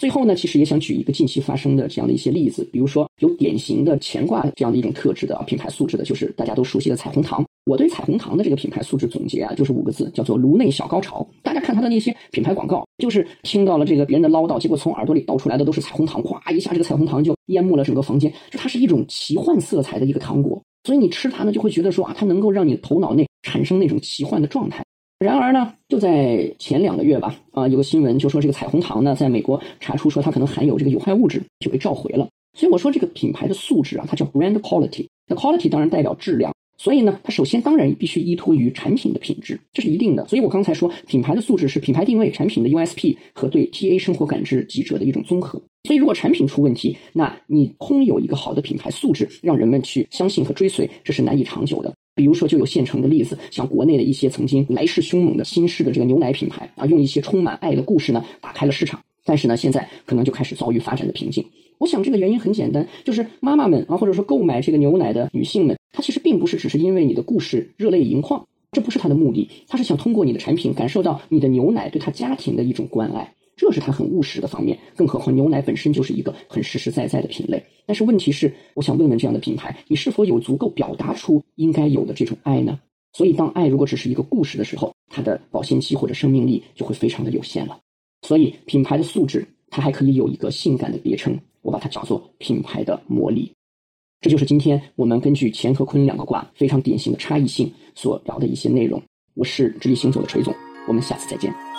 最后呢，其实也想举一个近期发生的这样的一些例子，比如说有典型的乾卦这样的一种特质的品牌素质的，就是大家都熟悉的彩虹糖。我对彩虹糖的这个品牌素质总结啊，就是五个字，叫做颅内小高潮。大家看它的那些品牌广告，就是听到了这个别人的唠叨，结果从耳朵里倒出来的都是彩虹糖，哗一下这个彩虹糖就淹没了整个房间。就它是一种奇幻色彩的一个糖果，所以你吃它呢，就会觉得说啊，它能够让你头脑内产生那种奇幻的状态。然而呢，就在前两个月吧，啊，有个新闻就说这个彩虹糖呢，在美国查出说它可能含有这个有害物质，就被召回了。所以我说这个品牌的素质啊，它叫 brand quality。那 quality 当然代表质量，所以呢，它首先当然必须依托于产品的品质，这是一定的。所以我刚才说，品牌的素质是品牌定位、产品的 U S P 和对 T A 生活感知极者的一种综合。所以如果产品出问题，那你空有一个好的品牌素质，让人们去相信和追随，这是难以长久的。比如说就有现成的例子，像国内的一些曾经来势凶猛的新式的这个牛奶品牌啊，用一些充满爱的故事呢，打开了市场。但是呢，现在可能就开始遭遇发展的瓶颈。我想这个原因很简单，就是妈妈们啊，或者说购买这个牛奶的女性们，她其实并不是只是因为你的故事热泪盈眶，这不是她的目的，她是想通过你的产品感受到你的牛奶对她家庭的一种关爱，这是她很务实的方面。更何况牛奶本身就是一个很实实在在的品类。但是问题是，我想问问这样的品牌，你是否有足够表达出应该有的这种爱呢？所以当爱如果只是一个故事的时候，它的保鲜期或者生命力就会非常的有限了。所以品牌的素质，它还可以有一个性感的别称，我把它叫做品牌的魔力。这就是今天我们根据乾和坤两个卦非常典型的差异性所聊的一些内容。我是直立行走的锤总，我们下次再见。